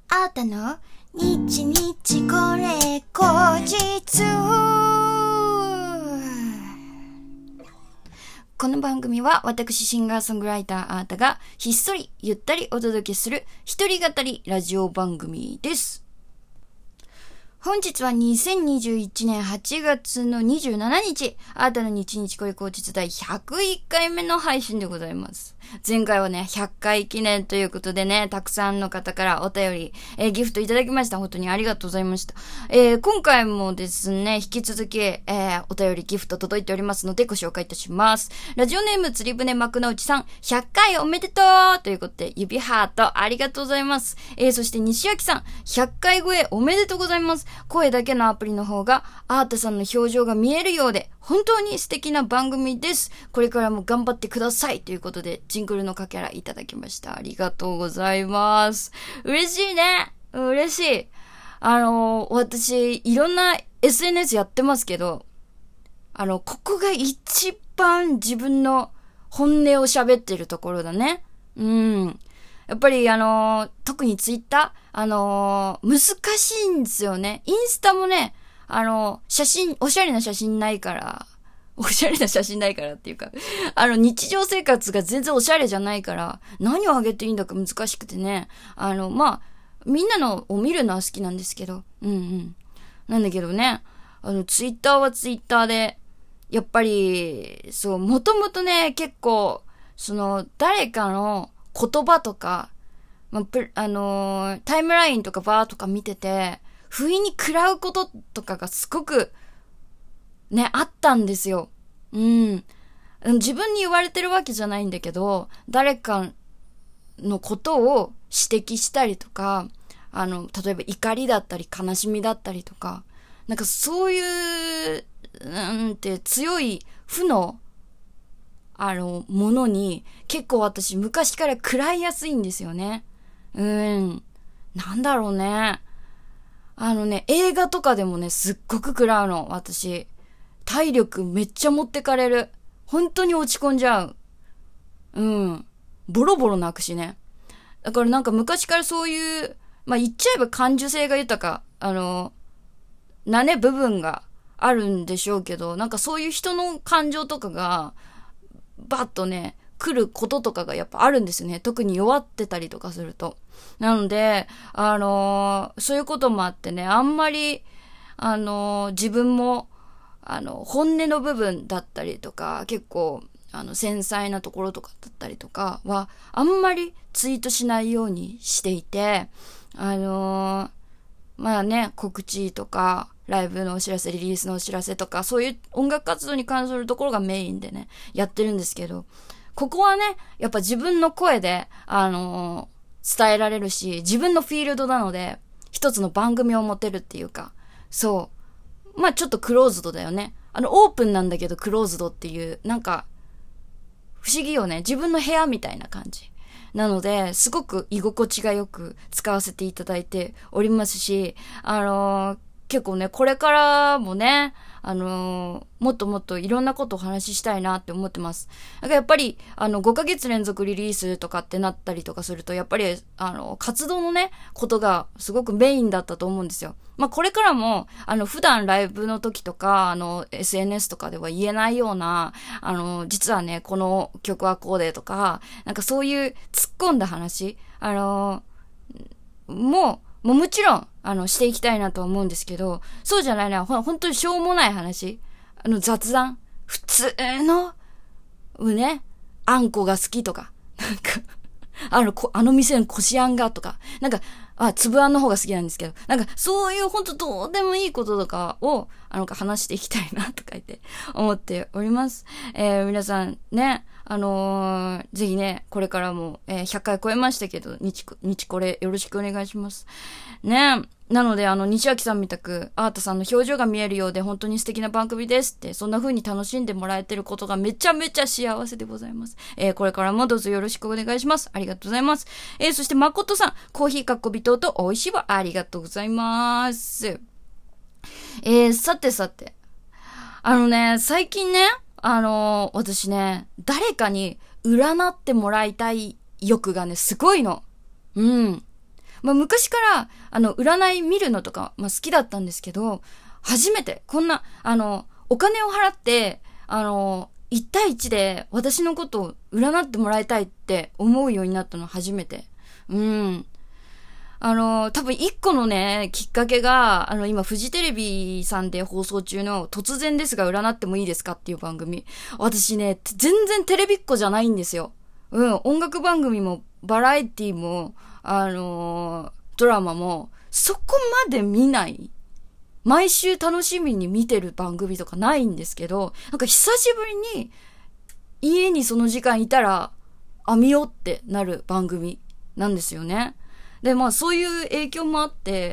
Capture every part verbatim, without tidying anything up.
あーたの日日これ後日。この番組は私シンガーソングライターあーたがひっそりゆったりお届けする一人語りラジオ番組です。本日はにせんにじゅういちねんはちがつのにじゅうしちにち、あーたの日日これ後日第ひゃくいっかいめの配信でございます。前回はね、ひゃっかい記念ということでね、たくさんの方からお便り、えー、ギフトいただきました。本当にありがとうございました。えー、今回もですね、引き続き、えー、お便りギフト届いておりますのでご紹介いたします。ラジオネーム釣り船幕の内さん、ひゃっかいおめでとうということで、指ハートありがとうございます。えー、そして西脇さん、ひゃっかい超えおめでとうございます。声だけのアプリの方が、あーたさんの表情が見えるようで、本当に素敵な番組です。これからも頑張ってください。ということで、ジングルのかけらいただきました。ありがとうございます。嬉しいね。嬉しい。あのー、私、いろんな エスエヌエス やってますけど、あの、ここが一番自分の本音を喋ってるところだね。うん。やっぱりあのー、特にツイッター、あのー、難しいんですよね。インスタもね、あのー、写真、おしゃれな写真ないから、おしゃれな写真ないからっていうか、あの、日常生活が全然おしゃれじゃないから、何をあげていいんだか難しくてね。あの、まあ、みんなのを見るのは好きなんですけど、うんうん。なんだけどね、あの、ツイッターはツイッターで、やっぱり、そう、もともとね、結構、その、誰かの言葉とか、まあ、あのー、タイムラインとかバーとか見てて、不意に食らうこととかがすごく、ね、あったんですよ。うん。自分に言われてるわけじゃないんだけど、誰かのことを指摘したりとか、あの、例えば怒りだったり悲しみだったりとか、なんかそういう、なんて強い負の、あの、ものに結構私昔から食らいやすいんですよね。うん。なんだろうね。あのね、映画とかでもね、すっごく食らうの、私。体力めっちゃ持ってかれる。本当に落ち込んじゃう。うん。ボロボロ泣くしね。だからなんか昔からそういう、まあ、言っちゃえば感受性が豊か、あの、なね、部分があるんでしょうけど、なんかそういう人の感情とかが、バッとね、来ることとかがやっぱあるんですよね。特に弱ってたりとかすると。なので、あのー、そういうこともあってね、あんまり、あのー、自分も、あの、本音の部分だったりとか、結構、あの、繊細なところとかだったりとかは、あんまりツイートしないようにしていて、あのー、まあね、告知とか、ライブのお知らせ、リリースのお知らせとか、そういう音楽活動に関するところがメインでね、やってるんですけど、ここはね、やっぱ自分の声で、あのー、伝えられるし、自分のフィールドなので、一つの番組を持てるっていうか、そう。まあちょっとクローズドだよね。あの、オープンなんだけどクローズドっていう、なんか、不思議よね。自分の部屋みたいな感じ。なので、すごく居心地がよく使わせていただいておりますし、あのー、結構ね、これからもね、あのー、もっともっといろんなことをお話ししたいなって思ってます。だからやっぱり、あの、ごかげつ連続リリースとかってなったりとかすると、やっぱり、あの、活動のね、ことがすごくメインだったと思うんですよ。まあ、これからも、あの、普段ライブの時とか、あの、エスエヌエス とかでは言えないような、あの、実はね、この曲はこうでとか、なんかそういう突っ込んだ話、あの、もう、もうもちろん、あの、していきたいなと思うんですけど、そうじゃないのは、ほん、本当にしょうもない話。あの、雑談。普通の、ね、あんこが好きとか、なんか、あの、あの店のこしあんがとか、なんか、あ、粒あんの方が好きなんですけど、なんか、そういうほんとどうでもいいこととかを、あの、話していきたいな、とか言って思っております。えー、皆さんね、あのー、ぜひね、これからも、えー、ひゃっかい超えましたけど、日、日これよろしくお願いします。ね。なので、あの、西脇さんみたく、アータさんの表情が見えるようで、本当に素敵な番組ですって、そんな風に楽しんでもらえてることがめちゃめちゃ幸せでございます。えー、これからもどうぞよろしくお願いします。ありがとうございます。えー、そして、誠さん、コーヒーかっこ微糖と美味しいわ。ありがとうございます。えー、さてさて。あのね、最近ね、あのー、私ね、誰かに占ってもらいたい欲がね、すごいの。うん。 まあ昔から、あの、占い見るのとか、まあ好きだったんですけど、初めて、こんな、あの、お金を払って、あの、一対一で私のことを占ってもらいたいって思うようになったの初めて。うん。あの、多分一個のね、きっかけが、あの、今、フジテレビさんで放送中の突然ですが占ってもいいですかっていう番組。私ね、全然テレビっ子じゃないんですよ。うん、音楽番組も、バラエティも、あのー、ドラマも、そこまで見ない。毎週楽しみに見てる番組とかないんですけど、なんか久しぶりに、家にその時間いたら、あ、見ようってなる番組なんですよね。で、まあそういう影響もあって、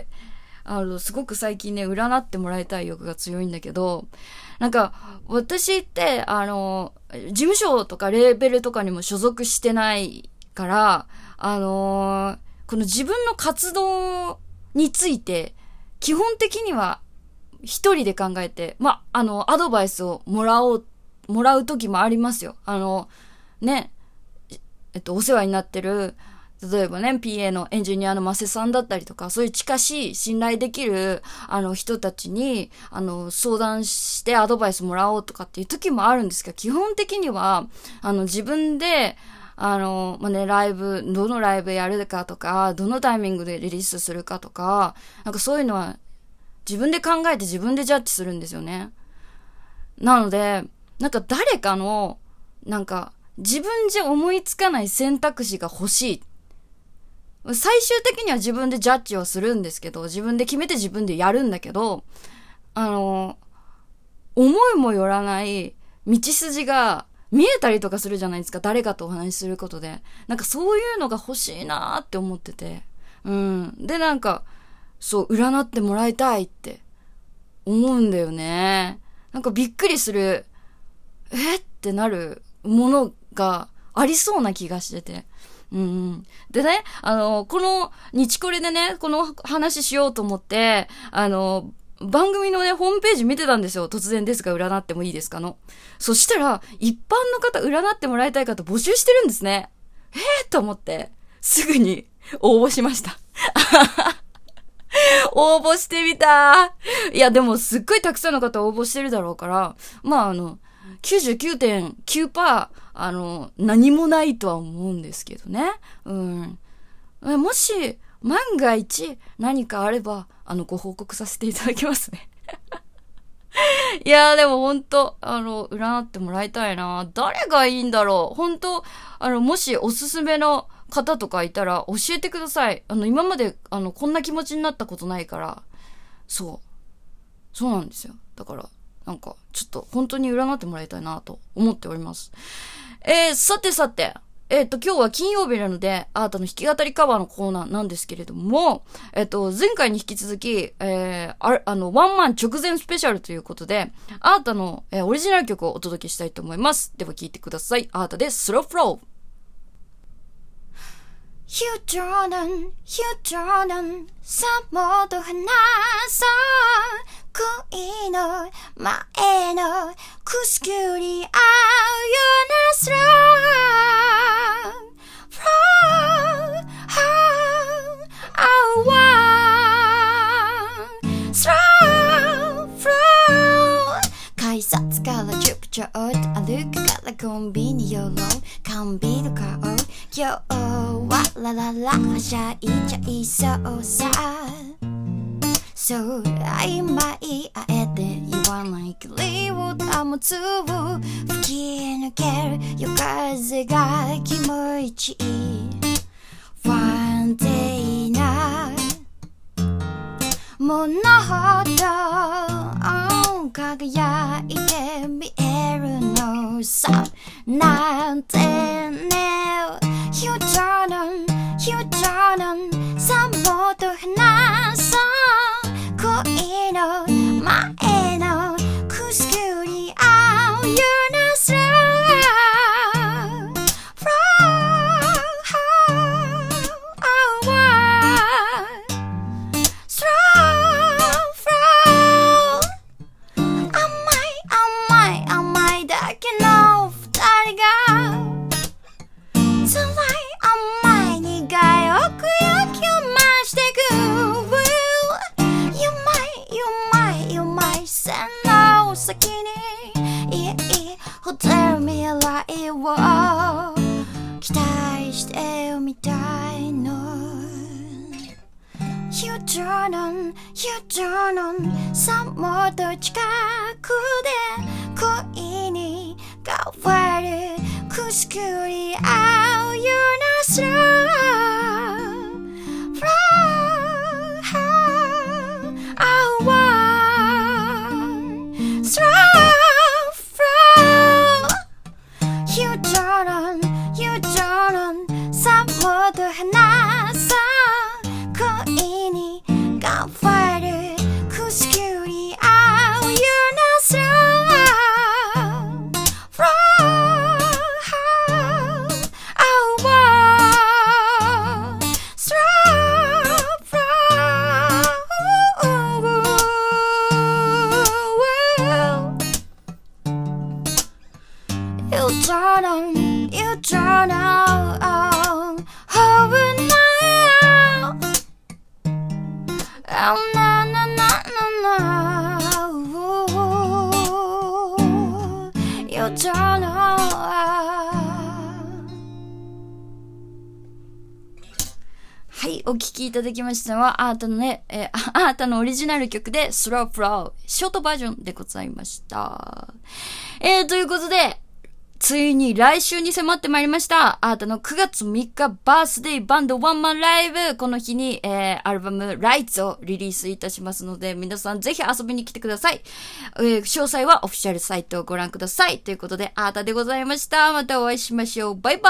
あの、すごく最近ね、占ってもらいたい欲が強いんだけど、なんか、私って、あの、事務所とかレーベルとかにも所属してないから、あの、この自分の活動について、基本的には一人で考えて、ま、あの、アドバイスをもらおう、もらう時もありますよ。あの、ね、えっと、お世話になってる、例えばね、ピーエー のエンジニアのマセさんだったりとか、そういう近しい信頼できる、あの人たちに、あの、相談してアドバイスもらおうとかっていう時もあるんですけど、基本的には、あの、自分で、あの、まあ、ね、ライブ、どのライブやるかとか、どのタイミングでリリースするかとか、なんかそういうのは、自分で考えて自分でジャッジするんですよね。なので、なんか誰かの、なんか、自分じゃ思いつかない選択肢が欲しい。最終的には自分でジャッジをするんですけど、自分で決めて自分でやるんだけど、あの、思いもよらない道筋が見えたりとかするじゃないですか。誰かとお話しすることで。なんかそういうのが欲しいなーって思ってて。うん。で、なんか、そう、占ってもらいたいって思うんだよね。なんかびっくりする、えってなるものがありそうな気がしてて。うんうん、でね、あの、この、日これでね、この話しようと思って、あの、番組のね、ホームページ見てたんですよ。突然ですが、占ってもいいですかの。そしたら、一般の方、占ってもらいたい方募集してるんですね。えーと思って、すぐに応募しました。応募してみた。いや、でも、すっごいたくさんの方応募してるだろうから、まあ、あの、きゅうじゅうきゅうてんきゅうパーセント、あの、何もないとは思うんですけどね。うん。もし、万が一何かあれば、あの、ご報告させていただきますね。いやーでもほんと、あの、占ってもらいたいな。誰がいいんだろう。ほんと、あの、もしおすすめの方とかいたら教えてください。あの、今まで、あの、こんな気持ちになったことないから、そう。そうなんですよ。だから、なんか、ちょっと本当に占ってもらいたいなと思っております。えー、さてさて、えっと、今日は金曜日なので、アートの弾き語りカバーのコーナーなんですけれども、えっと、前回に引き続き、えー、あ、あの、ワンマン直前スペシャルということで、アートの、えー、オリジナル曲をお届けしたいと思います。では聴いてください。アートでスローフロー。 휴전은 휴전은 사모도 하나서 고인을 마에너 쿠스큐리 아유나스라 from 아와 from from 改札から10ちょっと歩くからコンビニ寄ろう缶ビール買おう今日はラララはしゃいちゃいそうさそう曖昧あえて言わない距離を保つ吹き抜ける夜風が気持ちいい不安定なものほど輝いて見えるのさなんてね휴전은 휴전은 사모도 하나서 고인을 마에너 쿠스쿠리 아유나스라甘い甘いだけの二人が 유저는 유저는 사모도近くで恋に変わるくすくり合うような空I want slow flow 유저런 유저런 사모도 하나서 거인이 가와를 구스큐리 아우 유나스러 flow I want slow flow 유저런 유저런 호흡은 나야 나나나나나 유저런 はい、お聴きいただきましたのは、アートのね、えー、アートのオリジナル曲で、スローフロー、ショートバージョンでございました。えー、ということで、ついに来週に迫ってまいりました。アートのくがつみっかバースデーバンドワンマンライブ。この日に、えー、アルバムライツをリリースいたしますので、皆さんぜひ遊びに来てください。えー、詳細はオフィシャルサイトをご覧ください。ということで、アートでございました。またお会いしましょう。バイバイ。